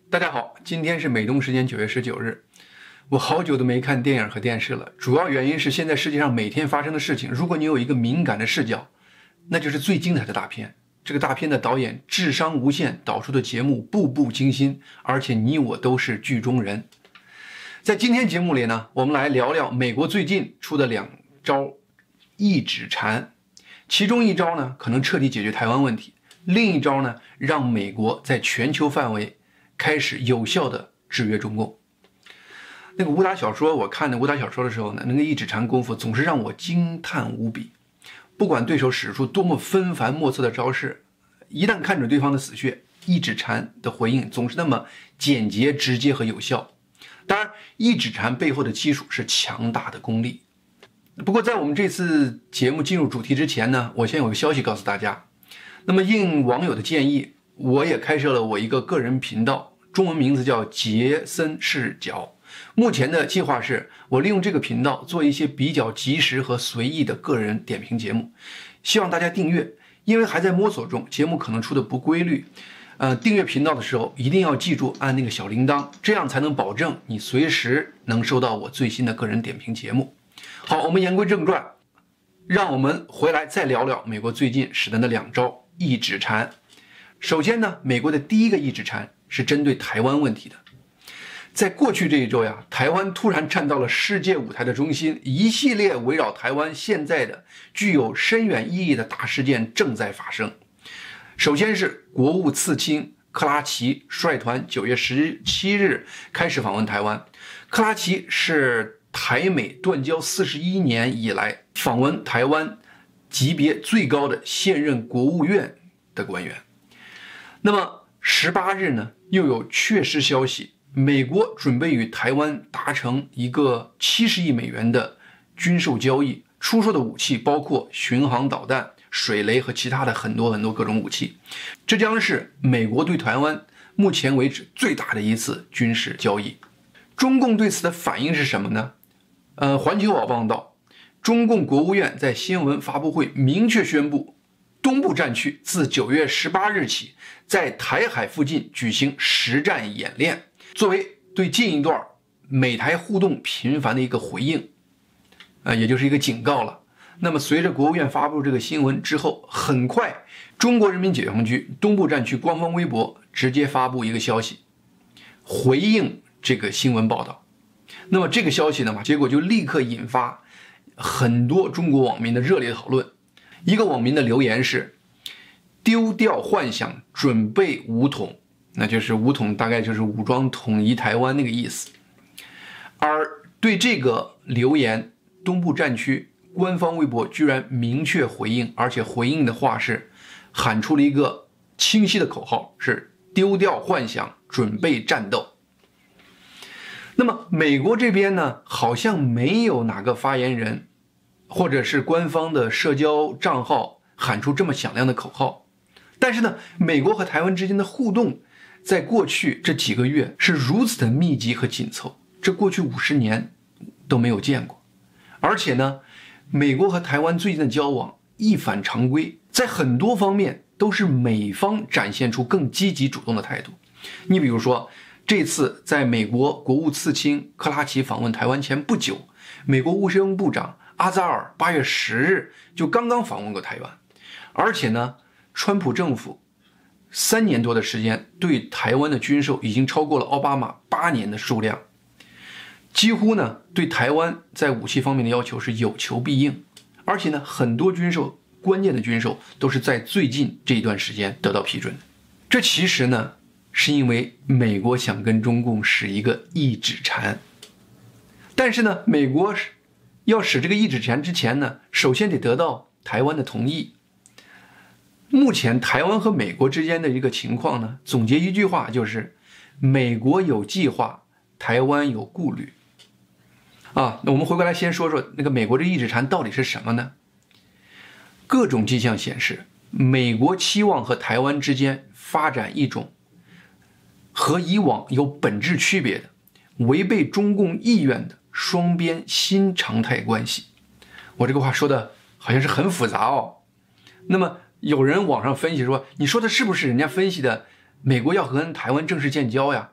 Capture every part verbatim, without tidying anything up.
大家好，今天是美东时间九月十九日。我好久都没看电影和电视了，主要原因是现在世界上每天发生的事情，如果你有一个敏感的视角，那就是最精彩的大片。这个大片的导演智商无限，导出的节目步步惊心，而且你我都是剧中人。在今天节目里呢，我们来聊聊美国最近出的两招一指禅，其中一招呢可能彻底解决台湾问题，另一招呢让美国在全球范围开始有效的制约中共。那个武打小说，我看的武打小说的时候呢，那个一指禅功夫总是让我惊叹无比。不管对手使出多么纷繁莫测的招式，一旦看准对方的死穴，一指禅的回应总是那么简洁、直接和有效。当然，一指禅背后的基础是强大的功力。不过，在我们这次节目进入主题之前呢，我先有个消息告诉大家。那么，应网友的建议，我也开设了我一个个人频道，中文名字叫杰森视角。目前的计划是我利用这个频道做一些比较及时和随意的个人点评节目，希望大家订阅，因为还在摸索中，节目可能出的不规律。呃，订阅频道的时候一定要记住按那个小铃铛，这样才能保证你随时能收到我最新的个人点评节目。好，我们言归正传，让我们回来再聊聊美国最近使的那两招一指禅。首先呢，美国的第一个一指禅是针对台湾问题的。在过去这一周呀，台湾突然站到了世界舞台的中心，一系列围绕台湾现在的具有深远意义的大事件正在发生。首先是国务次卿克拉奇率团九月十七日开始访问台湾。克拉奇是台美断交四十一年以来访问台湾级别最高的现任国务院的官员。那么十八日呢，又有确实消息，美国准备与台湾达成一个七十亿美元的军售交易，出售的武器包括巡航导弹、水雷和其他的很多很多各种武器。这将是美国对台湾目前为止最大的一次军事交易。中共对此的反应是什么呢？呃，环球网报道，中共国务院在新闻发布会明确宣布，东部战区自九月十八日起在台海附近举行实战演练，作为对近一段美台互动频繁的一个回应，呃，也就是一个警告了。那么随着国务院发布这个新闻之后，很快中国人民解放军东部战区官方微博直接发布一个消息，回应这个新闻报道。那么这个消息呢，结果就立刻引发很多中国网民的热烈讨论。一个网民的留言是：丢掉幻想，准备武统。那就是武统，大概就是武装统一台湾那个意思。而对这个留言，东部战区官方微博居然明确回应，而且回应的话是喊出了一个清晰的口号，是丢掉幻想，准备战斗。那么美国这边呢，好像没有哪个发言人或者是官方的社交账号喊出这么响亮的口号。但是呢，美国和台湾之间的互动在过去这几个月是如此的密集和紧凑，这过去五十年都没有见过。而且呢，美国和台湾最近的交往一反常规，在很多方面都是美方展现出更积极主动的态度。你比如说，这次在美国国务次卿克拉奇访问台湾前不久，美国卫生部长阿扎尔八月十日就刚刚访问过台湾。而且呢，川普政府三年多的时间对台湾的军售已经超过了奥巴马八年的数量，几乎呢对台湾在武器方面的要求是有求必应。而且呢，很多军售，关键的军售都是在最近这一段时间得到批准的。这其实呢是因为美国想跟中共使一个一指禅，但是呢，美国要使这个一指禅之前呢，首先得得到台湾的同意。目前台湾和美国之间的一个情况呢，总结一句话就是美国有计划，台湾有顾虑啊。那我们回过来先说说那个美国这一指禅到底是什么呢？各种迹象显示，美国期望和台湾之间发展一种和以往有本质区别的、违背中共意愿的双边新常态关系。我这个话说的好像是很复杂哦。那么有人网上分析说，你说的是不是人家分析的美国要和台湾正式建交呀？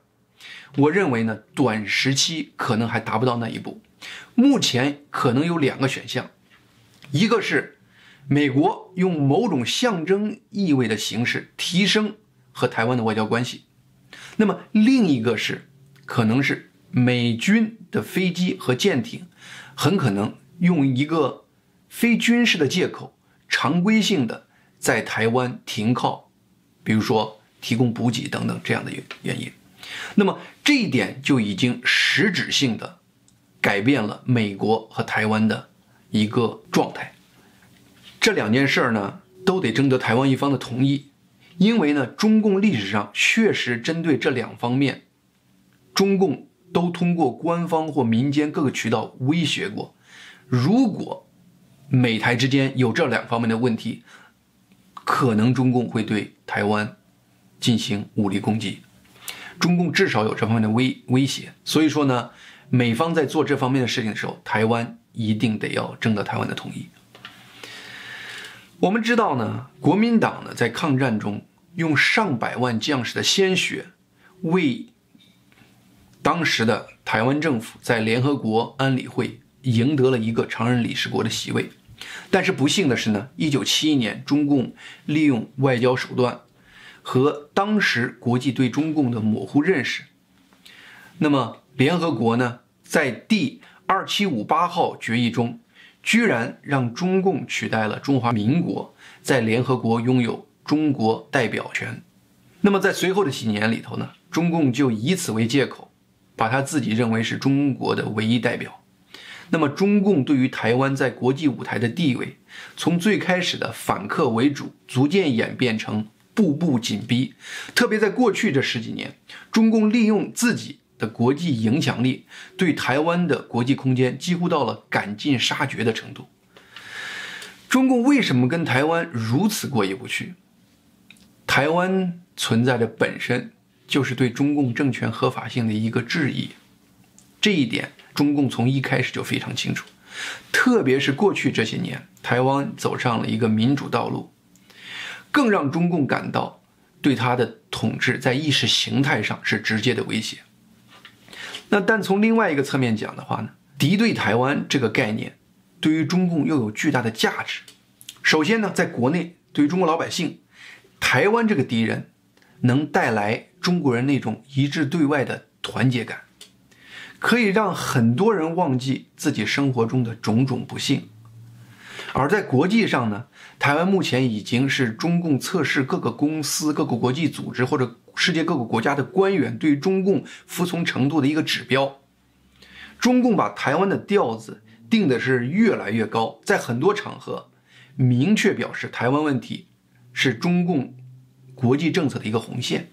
我认为呢，短时期可能还达不到那一步。目前可能有两个选项，一个是美国用某种象征意味的形式提升和台湾的外交关系，那么另一个是可能是美军的飞机和舰艇很可能用一个非军事的借口，常规性的在台湾停靠，比如说提供补给等等这样的原因。那么这一点就已经实质性的改变了美国和台湾的一个状态。这两件事呢，都得征得台湾一方的同意，因为呢，中共历史上确实针对这两方面，中共都通过官方或民间各个渠道威胁过，如果美台之间有这两方面的问题，可能中共会对台湾进行武力攻击。中共至少有这方面的威威胁，所以说呢，美方在做这方面的事情的时候，台湾一定得要征得台湾的同意。我们知道呢，国民党呢在抗战中用上百万将士的鲜血为当时的台湾政府在联合国安理会赢得了一个常任理事国的席位。但是不幸的是呢，一九七一年中共利用外交手段和当时国际对中共的模糊认识，那么联合国呢在第二七五八号决议中居然让中共取代了中华民国在联合国拥有中国代表权。那么在随后的几年里头呢，中共就以此为借口，把他自己认为是中国的唯一代表。那么中共对于台湾在国际舞台的地位，从最开始的反客为主，逐渐演变成步步紧逼。特别在过去这十几年，中共利用自己的国际影响力，对台湾的国际空间几乎到了赶尽杀绝的程度。中共为什么跟台湾如此过意不去？台湾存在的本身就是对中共政权合法性的一个质疑，这一点中共从一开始就非常清楚。特别是过去这些年，台湾走上了一个民主道路，更让中共感到对他的统治在意识形态上是直接的威胁。那但从另外一个侧面讲的话呢，敌对台湾这个概念对于中共又有巨大的价值。首先呢，在国内对于中国老百姓，台湾这个敌人能带来中国人那种一致对外的团结感，可以让很多人忘记自己生活中的种种不幸。而在国际上呢，台湾目前已经是中共测试各个公司、各个国际组织或者世界各个国家的官员对于中共服从程度的一个指标。中共把台湾的调子定的是越来越高，在很多场合明确表示台湾问题是中共国际政策的一个红线。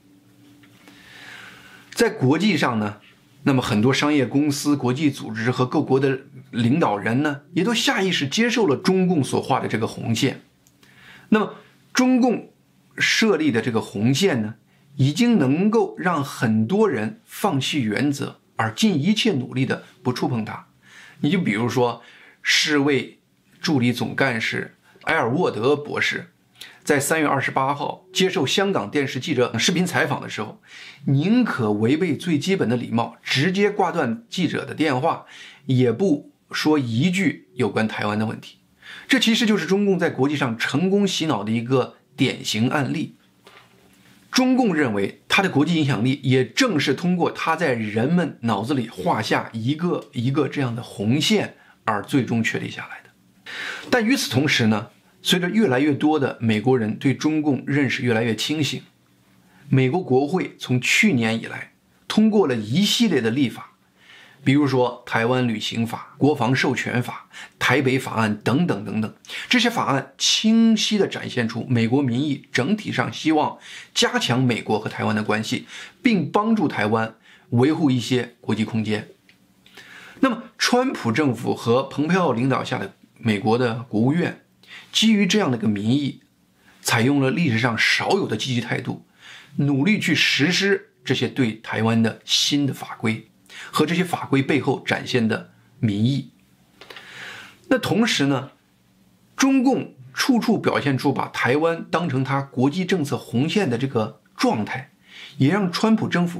在国际上呢，那么很多商业公司、国际组织和各国的领导人呢，也都下意识接受了中共所画的这个红线。那么中共设立的这个红线呢，已经能够让很多人放弃原则，而尽一切努力的不触碰它。你就比如说世卫助理总干事埃尔沃德博士，在三月二十八号接受香港电视记者视频采访的时候，宁可违背最基本的礼貌，直接挂断记者的电话，也不说一句有关台湾的问题。这其实就是中共在国际上成功洗脑的一个典型案例。中共认为他的国际影响力也正是通过他在人们脑子里画下一个一个这样的红线而最终确立下来的。但与此同时呢，随着越来越多的美国人对中共认识越来越清醒，美国国会从去年以来通过了一系列的立法，比如说台湾旅行法、国防授权法、台北法案等等等等。这些法案清晰地展现出美国民意整体上希望加强美国和台湾的关系，并帮助台湾维护一些国际空间。那么川普政府和蓬佩奥领导下的美国的国务院基于这样的一个民意，采用了历史上少有的积极态度，努力去实施这些对台湾的新的法规和这些法规背后展现的民意。那同时呢，中共处处表现出把台湾当成他国际政策红线的这个状态，也让川普政府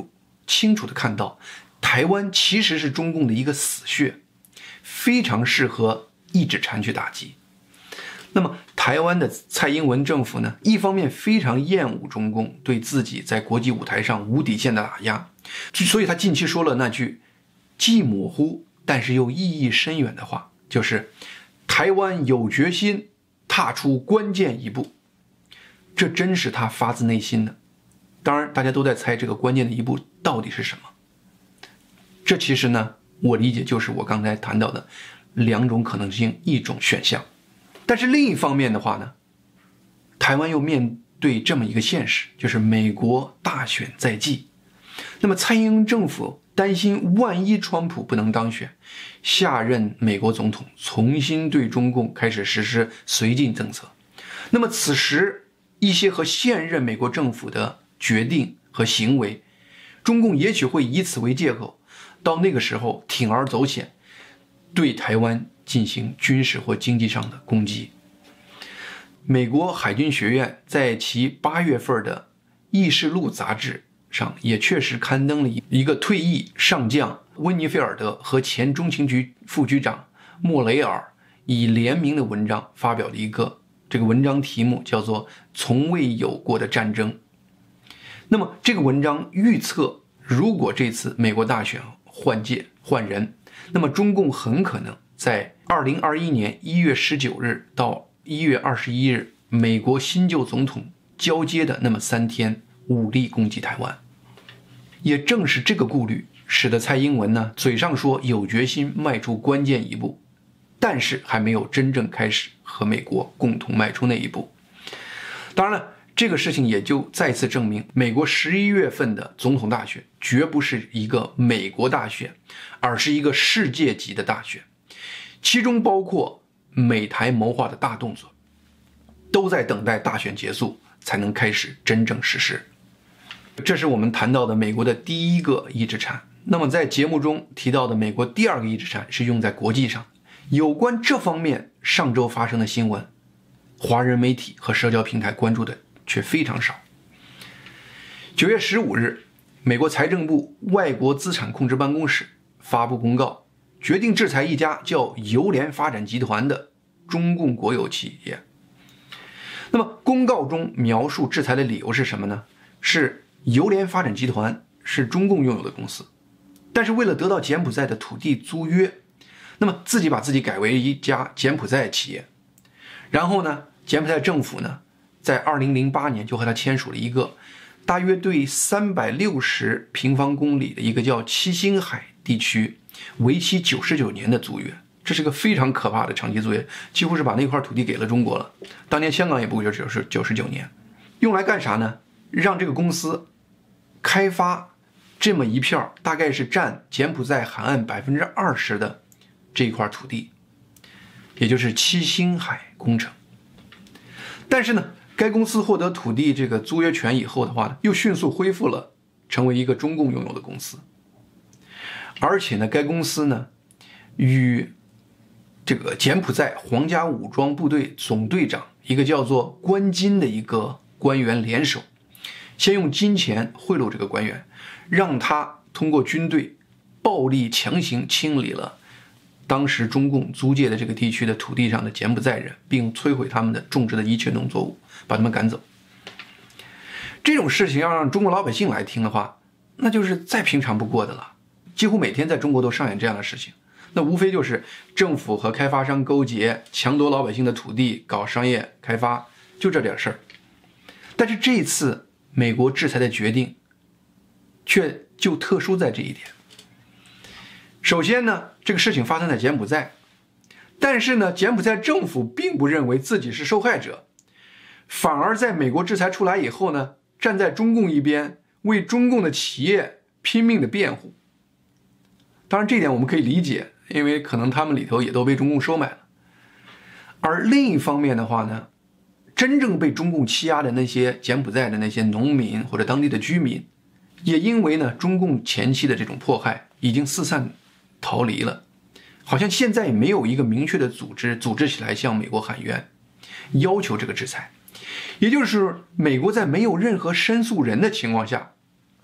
清楚地看到，台湾其实是中共的一个死穴，非常适合一指禅去打击。那么台湾的蔡英文政府呢，一方面非常厌恶中共对自己在国际舞台上无底线的打压，所以他近期说了那句既模糊但是又意义深远的话，就是台湾有决心踏出关键一步。这真是他发自内心的。当然大家都在猜这个关键的一步到底是什么。这其实呢，我理解就是我刚才谈到的两种可能性一种选项。但是另一方面的话呢，台湾又面对这么一个现实，就是美国大选在即。那么蔡英文政府担心万一川普不能当选，下任美国总统重新对中共开始实施绥靖政策，那么此时一些和现任美国政府的决定和行为，中共也许会以此为借口，到那个时候铤而走险，对台湾进行军事或经济上的攻击。美国海军学院在其八月份的议事录杂志上也确实刊登了一个退役上将温尼菲尔德和前中情局副局长莫雷尔以联名的文章发表了一个，这个文章题目叫做《从未有过的战争》。那么这个文章预测，如果这次美国大选换届换人，那么中共很可能在二零二一年一月十九日到一月二十一日美国新旧总统交接的那么三天武力攻击台湾。也正是这个顾虑使得蔡英文呢嘴上说有决心迈出关键一步，但是还没有真正开始和美国共同迈出那一步。当然了，这个事情也就再次证明，美国十一月份的总统大选绝不是一个美国大选，而是一个世界级的大选，其中包括美台谋划的大动作，都在等待大选结束才能开始真正实施。这是我们谈到的美国的第一个一指禅。那么在节目中提到的美国第二个一指禅是用在国际上。有关这方面上周发生的新闻，华人媒体和社交平台关注的却非常少。九月十五日，美国财政部外国资产控制办公室发布公告，决定制裁一家叫邮联发展集团的中共国有企业。那么公告中描述制裁的理由是什么呢？是邮联发展集团是中共拥有的公司，但是为了得到柬埔寨的土地租约，那么自己把自己改为一家柬埔寨企业。然后呢，柬埔寨政府呢在二零零八年就和他签署了一个大约对三百六十平方公里的一个叫七星海地区为期九十九年的租约。这是个非常可怕的长期租约，几乎是把那块土地给了中国了。当年香港也不过就是九十九年。用来干啥呢？让这个公司开发这么一片大概是占柬埔寨海岸 百分之二十 的这一块土地，也就是七星海工程。但是呢，该公司获得土地这个租约权以后的话呢，又迅速恢复了成为一个中共拥有的公司。而且呢，该公司呢与这个柬埔寨皇家武装部队总队长一个叫做关金的一个官员联手，先用金钱贿赂这个官员，让他通过军队暴力强行清理了当时中共租界的这个地区的土地上的柬埔寨人，并摧毁他们的种植的一切农作物，把他们赶走。这种事情要让中国老百姓来听的话，那就是再平常不过的了。几乎每天在中国都上演这样的事情，那无非就是政府和开发商勾结，抢夺老百姓的土地，搞商业开发，就这点事儿。但是这次美国制裁的决定却就特殊在这一点。首先呢，这个事情发生在柬埔寨，但是呢，柬埔寨政府并不认为自己是受害者，反而在美国制裁出来以后呢，站在中共一边，为中共的企业拼命的辩护。当然这一点我们可以理解，因为可能他们里头也都被中共收买了。而另一方面的话呢，真正被中共欺压的那些柬埔寨的那些农民或者当地的居民，也因为呢中共前期的这种迫害已经四散逃离了，好像现在也没有一个明确的组织组织起来向美国喊冤，要求这个制裁。也就是美国在没有任何申诉人的情况下，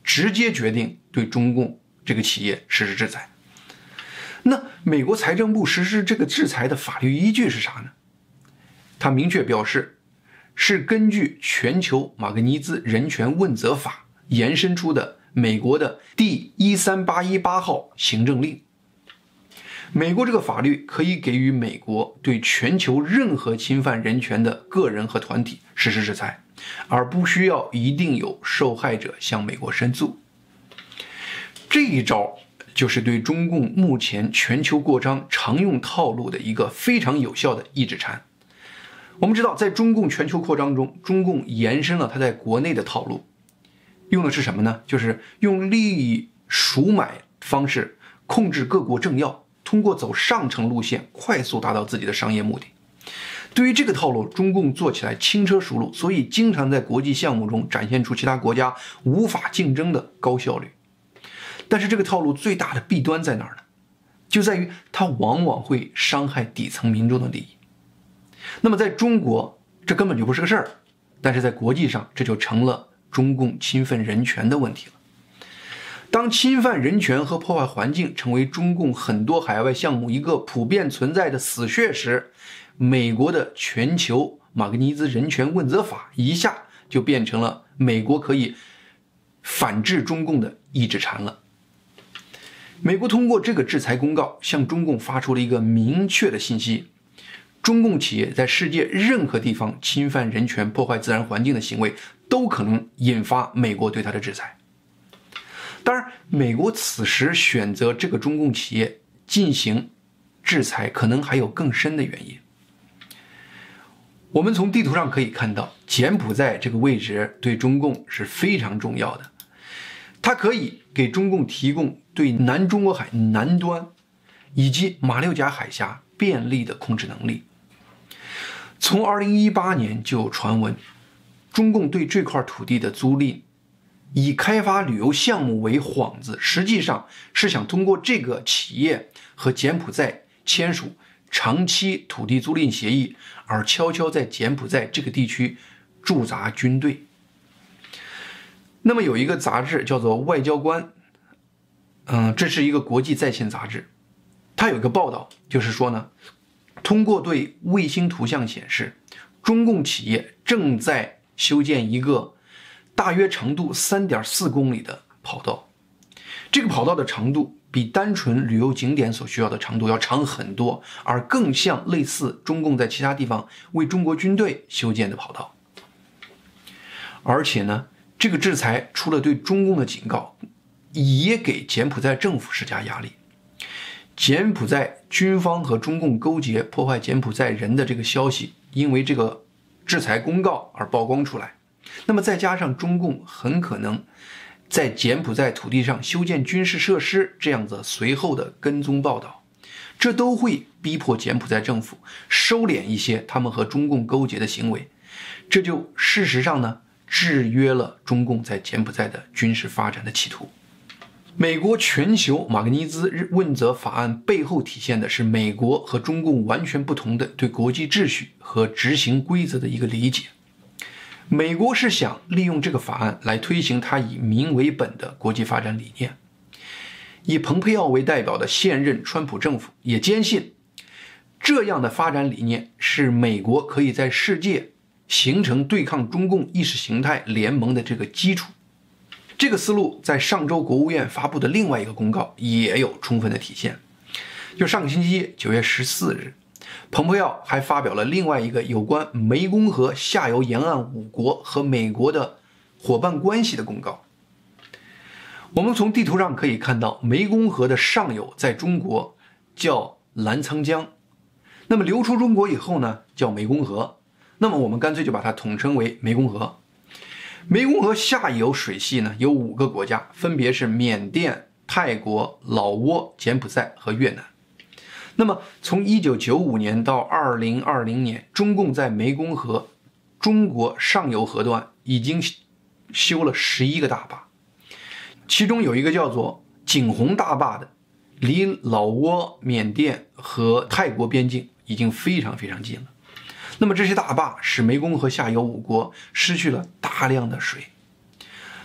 直接决定对中共这个企业实施制裁。那美国财政部实施这个制裁的法律依据是啥呢？他明确表示，是根据全球马格尼兹人权问责法延伸出的美国的第一三八一八号行政令。美国这个法律可以给予美国对全球任何侵犯人权的个人和团体实施制裁，而不需要一定有受害者向美国申诉。这一招就是对中共目前全球扩张常用套路的一个非常有效的抑制禅。我们知道，在中共全球扩张中，中共延伸了它在国内的套路，用的是什么呢？就是用利益赎买方式控制各国政要，通过走上层路线快速达到自己的商业目的。对于这个套路，中共做起来轻车熟路，所以经常在国际项目中展现出其他国家无法竞争的高效率。但是这个套路最大的弊端在哪儿呢？就在于它往往会伤害底层民众的利益。那么在中国，这根本就不是个事儿，但是在国际上，这就成了中共侵犯人权的问题了。当侵犯人权和破坏环境成为中共很多海外项目一个普遍存在的死穴时，美国的全球马格尼兹人权问责法一下就变成了美国可以反制中共的抑制禅了。美国通过这个制裁公告向中共发出了一个明确的信息：中共企业在世界任何地方侵犯人权、破坏自然环境的行为都可能引发美国对它的制裁。当然，美国此时选择这个中共企业进行制裁，可能还有更深的原因。我们从地图上可以看到，柬埔寨这个位置对中共是非常重要的，它可以给中共提供对南中国海南端以及马六甲海峡便利的控制能力。从二零一八年就有传闻，中共对这块土地的租赁以开发旅游项目为幌子，实际上是想通过这个企业和柬埔寨签署长期土地租赁协议，而悄悄在柬埔寨这个地区驻扎军队。那么有一个杂志叫做《外交官》，嗯，这是一个国际在线杂志，它有一个报道，就是说呢，通过对卫星图像显示，中共企业正在修建一个大约长度 三点四公里的跑道。这个跑道的长度比单纯旅游景点所需要的长度要长很多，而更像类似中共在其他地方为中国军队修建的跑道。而且呢，这个制裁除了对中共的警告，也给柬埔寨政府施加压力。柬埔寨军方和中共勾结破坏柬埔寨人的这个消息，因为这个制裁公告而曝光出来。那么再加上中共很可能在柬埔寨土地上修建军事设施这样子随后的跟踪报道，这都会逼迫柬埔寨政府收敛一些他们和中共勾结的行为，这就事实上呢制约了中共在柬埔寨的军事发展的企图。美国全球马格尼兹问责法案背后体现的是美国和中共完全不同的对国际秩序和执行规则的一个理解。美国是想利用这个法案来推行它以民为本的国际发展理念。以蓬佩奥为代表的现任川普政府也坚信，这样的发展理念是美国可以在世界形成对抗中共意识形态联盟的这个基础。这个思路在上周国务院发布的另外一个公告也有充分的体现。就上个星期九月十四日，蓬佩奥还发表了另外一个有关湄公河下游沿岸五国和美国的伙伴关系的公告。我们从地图上可以看到，湄公河的上游在中国叫澜沧江，那么流出中国以后呢，叫湄公河，那么我们干脆就把它统称为湄公河。湄公河下游水系呢有五个国家，分别是缅甸、泰国、老挝、柬埔寨和越南。那么从一九九五年到二零二零年，中共在湄公河中国上游河段已经修了十一个大坝，其中有一个叫做景洪大坝的，离老挝、缅甸和泰国边境已经非常非常近了。那么这些大坝使湄公河下游五国失去了大量的水。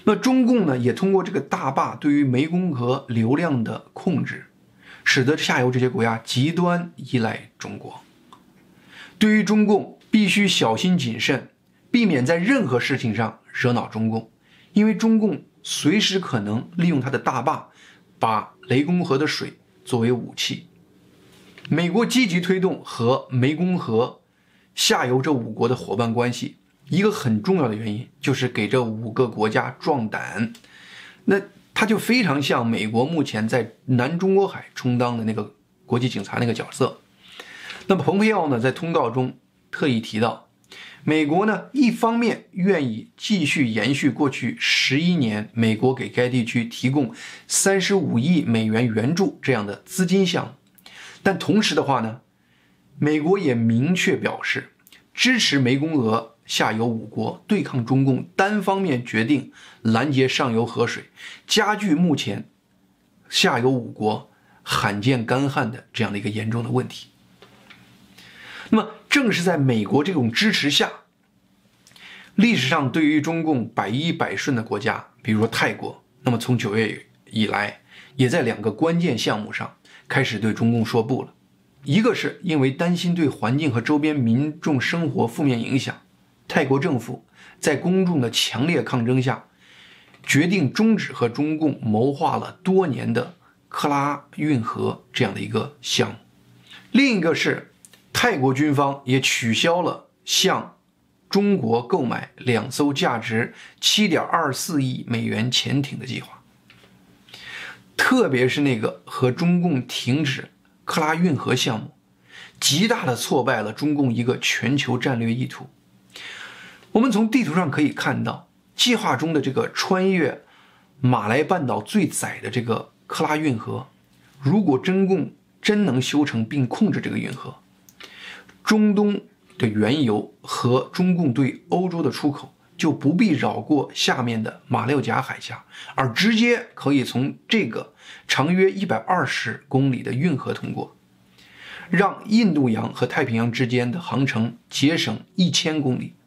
那中共呢，也通过这个大坝对于湄公河流量的控制，使得下游这些国家极端依赖中国。对于中共必须小心谨慎，避免在任何事情上惹恼中共，因为中共随时可能利用它的大坝把湄公河的水作为武器。美国积极推动和湄公河下游这五国的伙伴关系，一个很重要的原因就是给这五个国家壮胆。那它就非常像美国目前在南中国海充当的那个国际警察那个角色。那么蓬佩奥呢，在通告中特意提到，美国呢一方面愿意继续延续过去十一年美国给该地区提供三十五亿美元援助这样的资金项目，但同时的话呢，美国也明确表示支持湄公河下游五国对抗中共单方面决定拦截上游河水，加剧目前下游五国罕见干旱的这样的一个严重的问题。那么正是在美国这种支持下，历史上对于中共百依百顺的国家，比如说泰国，那么从九月以来也在两个关键项目上开始对中共说不了。一个是因为担心对环境和周边民众生活负面影响，泰国政府在公众的强烈抗争下，决定终止和中共谋划了多年的克拉运河这样的一个项目。另一个是泰国军方也取消了向中国购买两艘价值 七点二四亿美元潜艇的计划，特别是那个和中共停止克拉运河项目，极大的挫败了中共一个全球战略意图。我们从地图上可以看到，计划中的这个穿越马来半岛最窄的这个克拉运河，如果中共真能修成并控制这个运河，中东的原油和中共对欧洲的出口就不必绕过下面的马六甲海峡，而直接可以从这个长约一百二十公里的运河通过，让印度洋和太平洋之间的航程节省一千公里。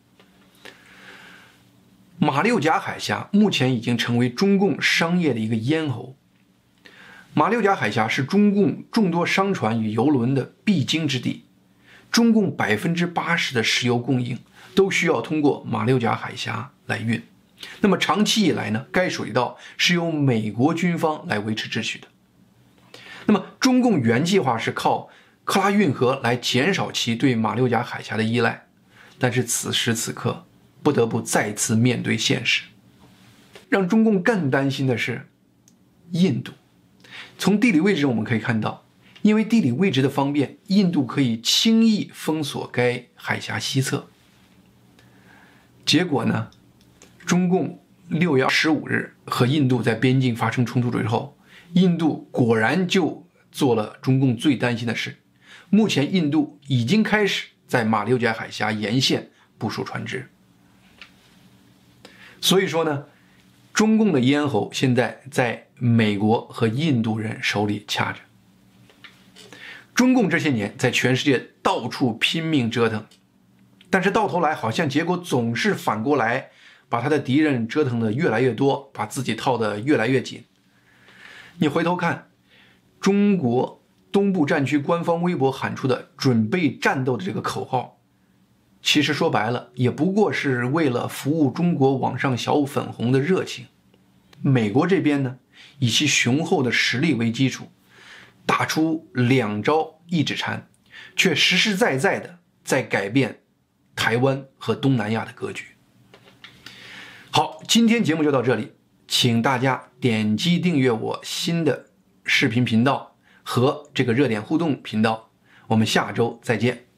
马六甲海峡目前已经成为中共商业的一个咽喉。马六甲海峡是中共众多商船与邮轮的必经之地，中共百分之八十的石油供应都需要通过马六甲海峡来运。那么长期以来呢，该水道是由美国军方来维持秩序的。那么中共原计划是靠克拉运河来减少其对马六甲海峡的依赖，但是此时此刻不得不再次面对现实。让中共更担心的是印度。从地理位置我们可以看到，因为地理位置的方便，印度可以轻易封锁该海峡西侧。结果呢，中共六月十五日和印度在边境发生冲突之后，印度果然就做了中共最担心的事。目前印度已经开始在马六甲海峡沿线部署船只。所以说呢，中共的咽喉现在在美国和印度人手里掐着。中共这些年在全世界到处拼命折腾，但是到头来好像结果总是反过来，把他的敌人折腾的越来越多，把自己套得越来越紧。你回头看中国东部战区官方微博喊出的准备战斗的这个口号，其实说白了也不过是为了服务中国网上小粉红的热情。美国这边呢，以其雄厚的实力为基础，打出两招一指禅，却实实在在的在改变台湾和东南亚的格局。好，今天节目就到这里，请大家点击订阅我新的视频频道和这个热点互动频道，我们下周再见。